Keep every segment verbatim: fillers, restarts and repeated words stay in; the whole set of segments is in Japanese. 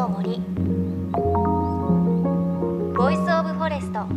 の森ボイスオブフォレスト。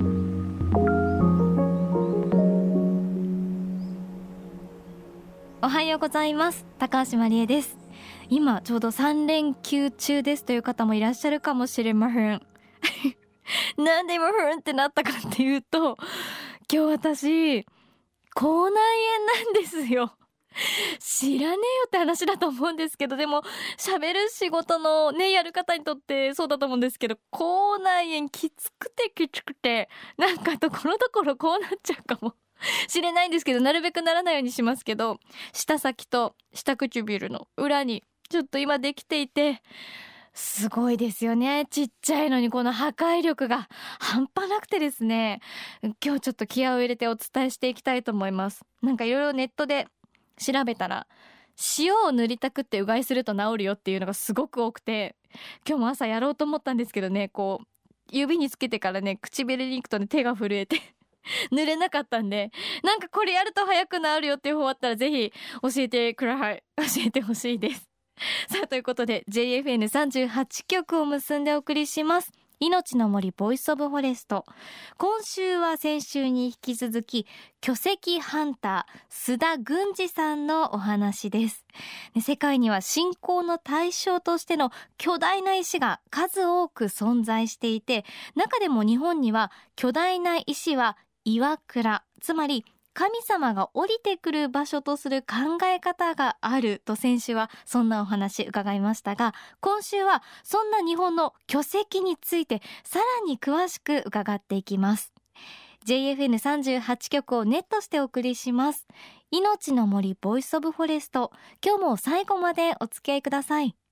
おはようございます。高橋真理恵です。今ちょうどさん連休中ですという方もいらっしゃるかもしれませんなんで今ふんってなったかっていうと、今日私口内炎なんですよ。知らねえよって話だと思うんですけど、でも喋る仕事のねやる方にとってそうだと思うんですけど、口内炎きつくてきつくてなんかところどころこうなっちゃうかもしれないんですけど、なるべくならないようにしますけど、舌先と下唇の裏にちょっと今できていて、すごいですよね。ちっちゃいのにこの破壊力が半端なくてですね、今日ちょっと気合を入れてお伝えしていきたいと思います。なんかいろいろネットで調べたら、塩を塗りたくってうがいすると治るよっていうのがすごく多くて、今日も朝やろうと思ったんですけどね、こう指につけてからね唇に行くとね手が震えて塗れなかったんで、なんかこれやると早く治るよっていう方あったらぜひ教えてください。教えてほしいです。さあということで ジェイエフエヌさんじゅうはち 局を結んでお送りします。命の森ボイスオブフォレスト。今週は先週に引き続き巨石ハンター須田郡司さんのお話です。世界には信仰の対象としての巨大な石が数多く存在していて、中でも日本には巨大な石は岩倉、つまり神様が降りてくる場所とする考え方があると、先週はそんなお話伺いましたが、今週はそんな日本の巨石についてさらに詳しく伺っていきます。 ジェイエフエヌさんじゅうはち 局をネットしてお送りします。命の森ボイスオブフォレスト、今日も最後までお付き合いください。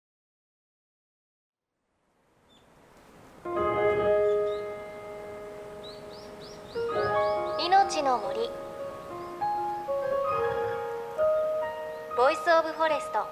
命の森ボイスオブフォレスト。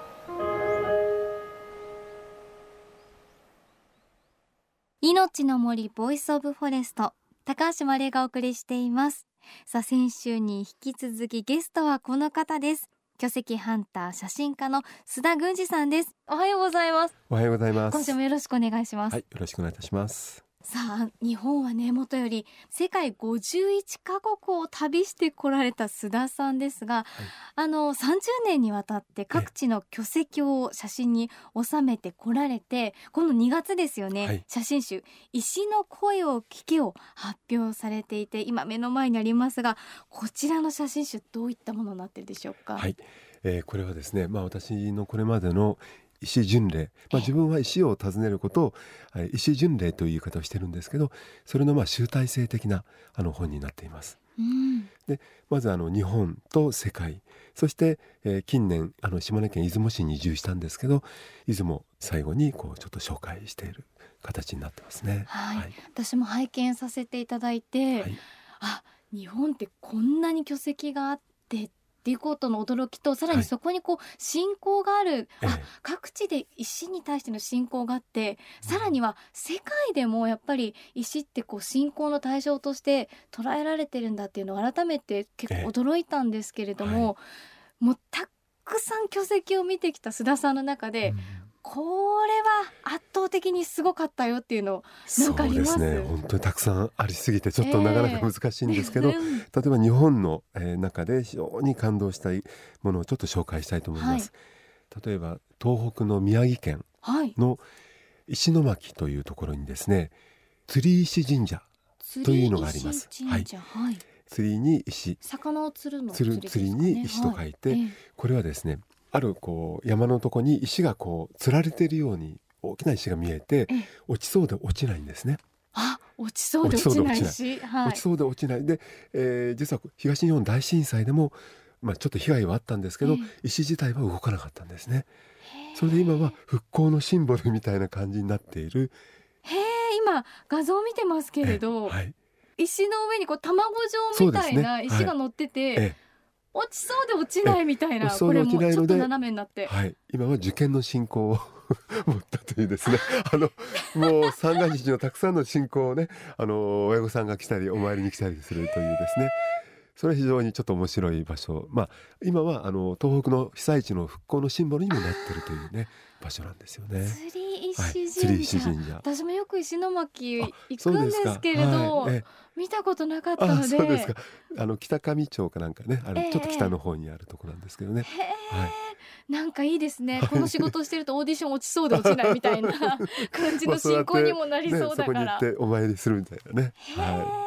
命の森ボイスオブフォレスト、高橋真理恵がお送りしています。さあ先週に引き続きゲストはこの方です。巨石ハンター写真家の須田郡司さんです。おはようございます。 おはようございます。 今週もよろしくお願いします。 はい、よろしくお願いいたします。 さあ日本はねもとより世界ごじゅういちカ国を旅してこられた須田さんですが、はい、あのさんじゅうねんにわたって各地の巨石を写真に収めてこられて、このにがつですよね、はい、写真集石の声を聞けを発表されていて、今目の前にありますが、こちらの写真集どういったものになっているでしょうか。 はい、えー、これはですね、まあ、私のこれまでの石巡礼、まあ、自分は石を訪ねることを石巡礼という言い方をしてるんですけど、それのまあ集大成的なあの本になっています。うん、でまずあの日本と世界、そして、えー、近年あの島根県出雲市に移住したんですけど、出雲最後にこうちょっと紹介している形になってますね。 はいはい、私も拝見させていただいて、はい、あ、日本ってこんなに巨石があってっていうことの驚きと、さらにそこにこう信仰がある、はい、あ、各地で石に対しての信仰があって、さらには世界でもやっぱり石ってこう信仰の対象として捉えられてるんだっていうのを改めて結構驚いたんですけれども、はい、もうたくさん巨石を見てきた須田さんの中で、うん、これは圧倒的にすごかったよっていうのなんかあります？ そうですね、本当にたくさんありすぎてちょっとなかなか難しいんですけど、えー、例えば日本の、えー、中で非常に感動したいものをちょっと紹介したいと思います。はい、例えば東北の宮城県の石巻というところにですね、釣り石神社というのがあります。はい、はい、釣りに石、 魚を釣るの釣る釣りに石と書いて、はい、これはですね、あるこう山のとこに石がこう釣られているように大きな石が見えて、落ちそうで落ちないんですね。 あ、落ちそうで落ちない石、はい、 落ちそうで落ちないで、えー、実は東日本大震災でも、まあ、ちょっと被害はあったんですけど、石自体は動かなかったんですね。それで今は復興のシンボルみたいな感じになっている。 へー、今画像を見てますけれど、はい、石の上にこう卵状みたいな石が乗ってて、はい、落ちそうで落ちないみたいな、これもちょっと斜めになって、 はい、今は受験の信仰を持ったというですね、あのもう三が日のたくさんの信仰をね、あの親御さんが来たりお参りに来たりするというですね、 それは非常にちょっと面白い場所、まあ、今はあの東北の被災地の復興のシンボルにもなってるというね場所なんですよね。 釣り石神社、 はい、釣り石神社、 私もよく石巻行くんですけれど、 はい、え見たことなかったので。 あ、そうですか。あの北上町かなんかね、あのええちょっと北の方にあるところなんですけどね、 へー、 はい、 なんかいいですね。この仕事をしてるとオーディション落ちそうで落ちないみたいな感じの進行にもなりそうだから、 ね、そこに行ってお参りするみたいなね。 はい、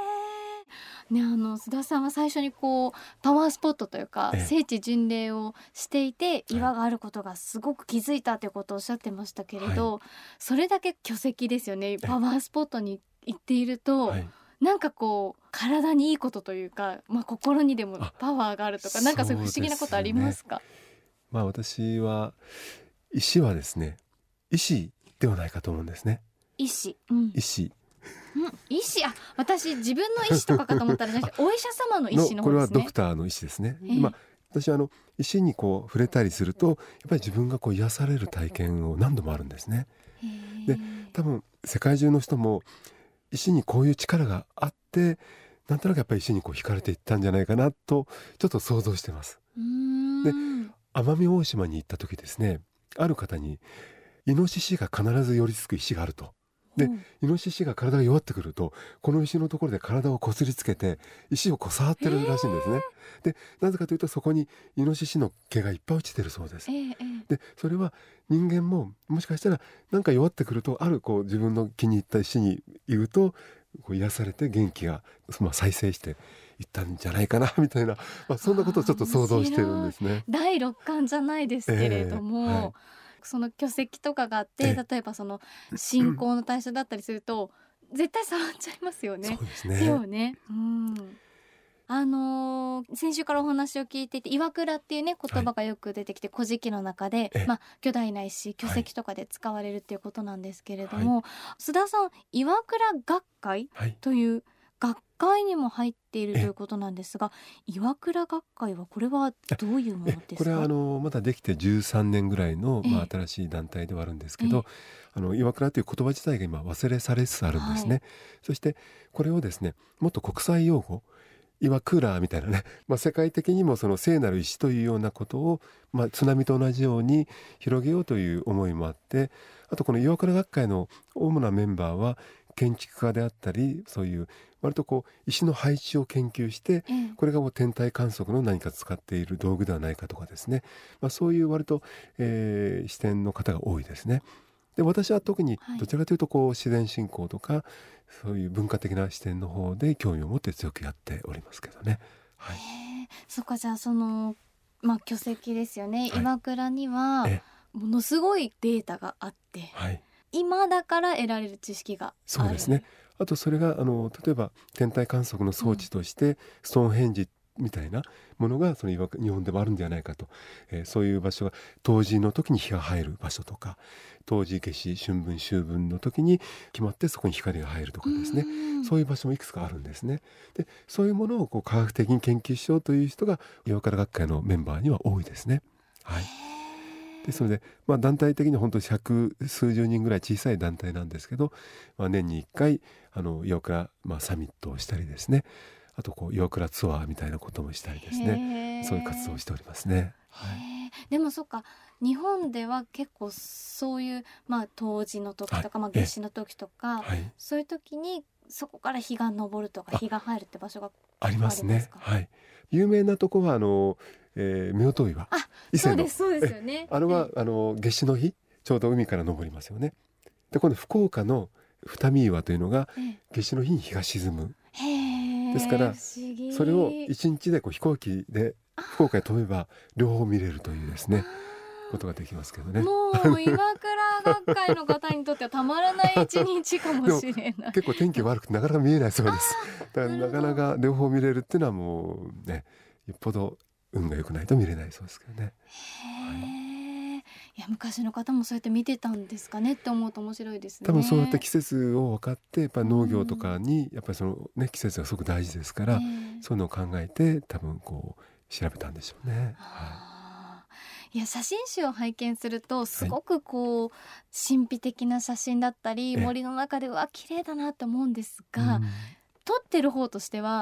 ね、あの須田さんは最初にこうパワースポットというか、 ええ、 聖地巡礼をしていて岩があることがすごく気づいたということをおっしゃってましたけれど、はい、それだけ巨石ですよね。パワースポットに行っていると、はい、なんかこう体にいいことというか、まあ、心にでもパワーがあるとか、なんかそういう不思議なことありますか？ まあ、私は石はですね、石ではないかと思うんですね。 石、うん、 石うん、医師、あ、私自分の医師とかかと思ったらじゃなくてお医者様の医師の方ですね。 これはドクターの医師ですね。えー、まあ、私はあの石にこう触れたりするとやっぱり自分がこう癒される体験を何度もあるんですね。で、多分世界中の人も石にこういう力があってなんとなくやっぱり石にこう惹かれていったんじゃないかなとちょっと想像してます。 うーん、 で、奄美大島に行った時ですね、ある方にイノシシが必ず寄りつく石があると。で、うん、イノシシが体が弱ってくるとこの石のところで体をこすりつけて石をこう触ってるらしいんですね。で、なぜかというとそこにイノシシの毛がいっぱい落ちてるそうです。で、それは人間ももしかしたらなんか弱ってくるとあるこう自分の気に入った石に言うとこう癒されて元気が、まあ、再生していったんじゃないかなみたいな、まあ、そんなことをちょっと想像してるんですね。 だいろっかんじゃないですけれども、えーはい、その巨石とかがあって例えばその信仰の対象だったりすると絶対触っちゃいますよね。 そうですね。 手をね、うん、あのー、先週からお話を聞いていて岩倉っていうね言葉がよく出てきて、はい、古事記の中で、まあ、巨大な石巨石とかで使われるっていうことなんですけれども、はい、須田さん岩倉学会という学会にも入っているということなんですが、岩倉学会はこれはどういうものですか？ これはあのまだできてじゅうさんねんぐらいの、まあ、新しい団体ではあるんですけど、あの岩倉という言葉自体が今忘れされつつあるんですね。はい、そしてこれをですねもっと国際用語岩倉みたいなね、まあ、世界的にもその聖なる石というようなことを、まあ、津波と同じように広げようという思いもあって、あとこの岩倉学会の主なメンバーは建築家であったり、そういう割とこう石の配置を研究して、これがもう天体観測の何か使っている道具ではないかとかですね、まあ、そういう割と、えー、視点の方が多いですね。で、私は特にどちらかというとこう自然信仰とかそういう文化的な視点の方で興味を持って強くやっておりますけどね。はい、 そっか、じゃあその、まあ、巨石ですよね、はい、岩倉にはものすごいデータがあって、はい、今だから得られる知識がある。 そうですね。あとそれがあの例えば天体観測の装置として、うん、ストーンヘンジみたいなものがその日本でもあるんではないかと、えー、そういう場所が冬至の時に日が入る場所とか、冬至夏至春分秋分の時に決まってそこに光が入るとかですね、そういう場所もいくつかあるんですね。で、そういうものをこう科学的に研究しようという人が岩倉学会のメンバーには多いですね。はい。ですので、まあ、団体的には本当に百数十人ぐらい小さい団体なんですけど、まあ、年にいっかいあの岩倉、まあ、サミットをしたりですね、あとこう岩倉ツアーみたいなこともしたりですね、そういう活動をしておりますね。はい、 でもそっか、日本では結構そういう、まあ、冬至の時とか、まあ、夏至の時とか、はい、そういう時にそこから日が昇るとか日が入るって場所がありますね。はい、有名なとこはあの、えー、夫婦岩、 あ、そうですそうですよね。 あれはあの夏至の日ちょうど海から昇りますよね。で、今度福岡の二見岩というのが夏至の日に日が沈む。 へですからそれを一日でこう飛行機で福岡へ飛べば両方見れるというですねことができますけどね。 もう岩倉学会の方にとってはたまらない一日かもしれない。 結構天気悪くてなかなか見えないそうです。だからなかなか両方見れるっていうのはもうね、よっぽど運が良くないと見れないそうですけどね。 へー、いや、昔の方もそうやって見てたんですかねって思うと面白いですね。 多分そうやって季節を分かってやっぱ農業とかにやっぱりその、ね、季節がすごく大事ですから、そういうのを考えて多分こう調べたんでしょうね。はい、 いや、写真集を拝見するとすごくこう、はい、神秘的な写真だったり森の中でうわ綺麗だなと思うんですが、うん、撮ってる方としては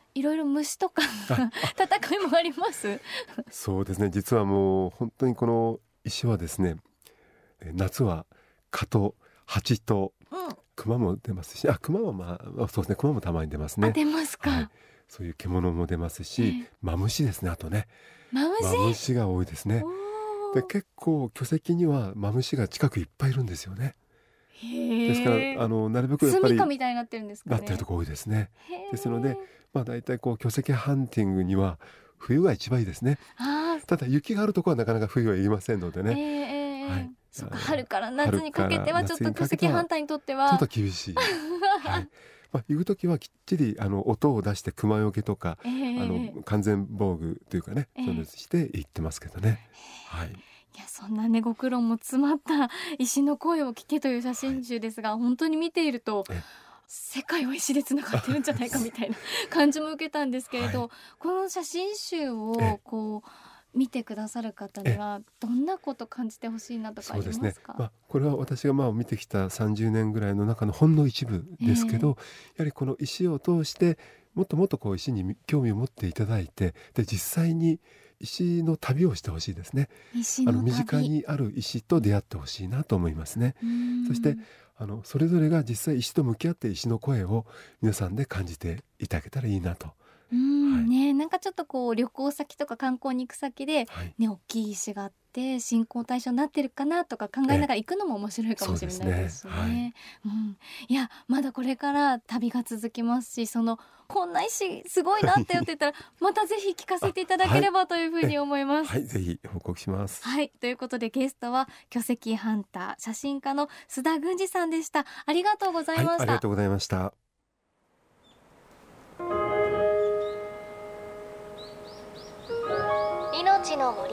いろいろ虫とか戦いもありますそうですね、実はもう本当にこの石はですね、夏は蚊と蜂と熊も出ますし、あ、熊はまあそうですね、熊もたまに出ますね。 あ、出ますか、はい、 そういう獣も出ますし、マムシですね。あとね、 マムシ、 マムシが多いですね。で、結構巨石にはマムシが近くいっぱいいるんですよね。ですからあのなるべくやっぱり住処みたいになってるんですかね。 なってるとこ多いですね。ですので、まあだいたいこう巨石ハンティングには冬が一番いいですね。ただ雪があるところはなかなか冬はいりませんのでね。 えー、はい、そっか、春から夏にかけててはちょっと巨石ハンターにとってはちょっと厳しい。はい。まあ、行くときはきっちりあの音を出して熊よけとか、えー、あの完全防具というかね、えー、そういうのして行ってますけどね。はい。 いや、そんなねご苦労も詰まった石の声を聞けという写真集ですが、はい、本当に見ていると世界は石でつながってるんじゃないかみたいな感じも受けたんですけれど、はい、この写真集をこう見てくださる方にはどんなこと感じてほしいなとかありますか？そうですね、 まあ、これは私がまあ見てきたさんじゅうねんぐらいの中のほんの一部ですけど、えー、やはりこの石を通してもっともっとこう石に興味を持っていただいて、で実際に石の旅をしてほしいですね。 石の旅、 あの身近にある石と出会ってほしいなと思いますね。そしてあのそれぞれが実際石と向き合って石の声を皆さんで感じていただけたらいいなと。 うん、はい、ね、なんかちょっとこう旅行先とか観光に行く先で、はい、ね、大きい石があって信仰対象になってるかなとか考えながら行くのも面白いかもしれないですね。はい、うん、いや、まだこれから旅が続きますし、そのこんな石すごいなって言ってたらまたぜひ聞かせていただければというふうに思います。 はい、ぜひ報告します。 はい、ということでゲストは巨石ハンター写真家の須田郡司さんでした。ありがとうございました。はい、 ありがとうございました。 命の森、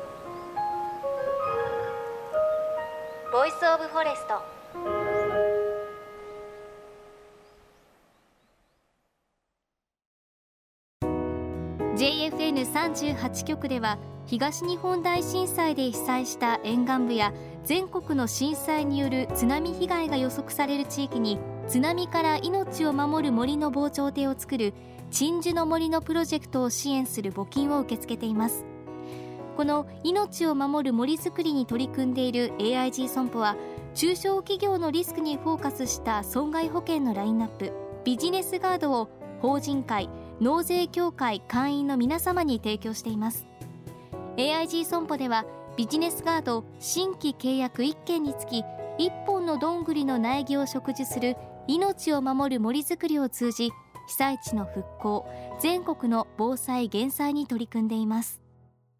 ボイスオブフォレスト。ジェイエフエヌさんじゅうはち 局では東日本大震災で被災した沿岸部や全国の震災による津波被害が予測される地域に津波から命を守る森の防潮堤を作る鎮守の森のプロジェクトを支援する募金を受け付けています。この命を守る森づくりに取り組んでいる エーアイジー 損保は中小企業のリスクにフォーカスした損害保険のラインナップビジネスガードを法人会、納税協会会員の皆様に提供しています。 エーアイジー 損保ではビジネスガード新規契約いっけんにつきいっぽんのどんぐりの苗木を植樹する命を守る森づくりを通じ被災地の復興、全国の防災減災に取り組んでいます。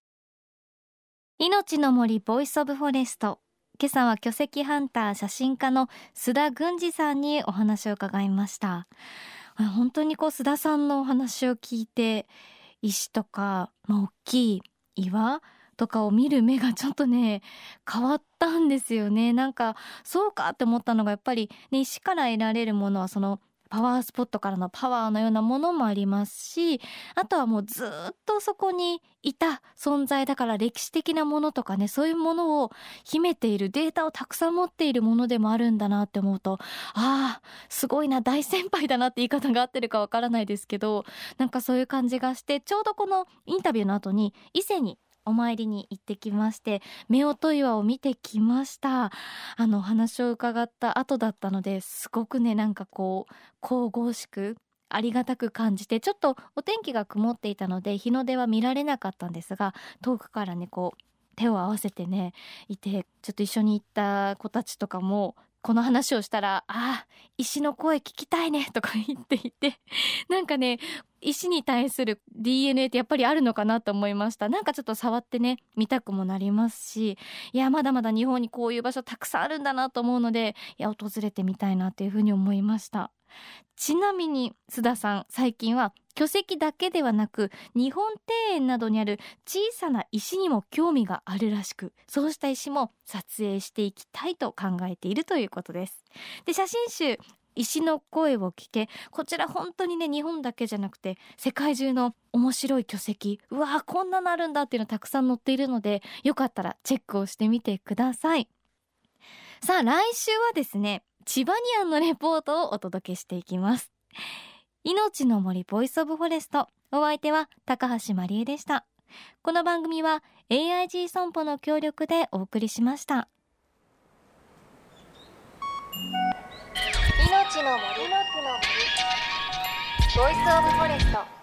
命の森ボイスオブフォレスト、今朝は巨石ハンター写真家の須田郡司さんにお話を伺いました。本当にこう須田さんのお話を聞いて石とか、まあ、大きい岩とかを見る目がちょっとね変わったんですよね。なんかそうかって思ったのがやっぱり、ね、石から得られるものはそのパワースポットからのパワーのようなものもありますし、あとはもうずっとそこにいた存在だから歴史的なものとかね、そういうものを秘めているデータをたくさん持っているものでもあるんだなって思うと、ああすごいな、大先輩だなって言い方が合ってるかわからないですけど、なんかそういう感じがして、ちょうどこのインタビューの後に伊勢にお参りに行ってきまして、夫婦岩を見てきました。あのお話を伺った後だったので、すごくねなんかこう神々しくありがたく感じて、ちょっとお天気が曇っていたので日の出は見られなかったんですが、遠くからねこう手を合わせてねいて、ちょっと一緒に行った子たちとかもこの話をしたら、あー石の声聞きたいねとか言っていて、なんかね石に対する ディーエヌエー ってやっぱりあるのかなと思いました。なんかちょっと触ってね見たくもなりますし、いやまだまだ日本にこういう場所たくさんあるんだなと思うので、いや訪れてみたいなというふうに思いました。ちなみに須田さん、最近は巨石だけではなく日本庭園などにある小さな石にも興味があるらしく、そうした石も撮影していきたいと考えているということです。で、写真集石の声を聞け、こちら本当にね日本だけじゃなくて世界中の面白い巨石、うわーこんなのあるんだっていうのたくさん載っているので、よかったらチェックをしてみてください。さあ来週はですね千葉ニアンのレポートをお届けしていきます。 命の森ボイスオブフォレスト、お相手は高橋まりえでした。この番組は エーアイジー 損保の協力でお送りしました。 命の森ボイスオブフォレスト。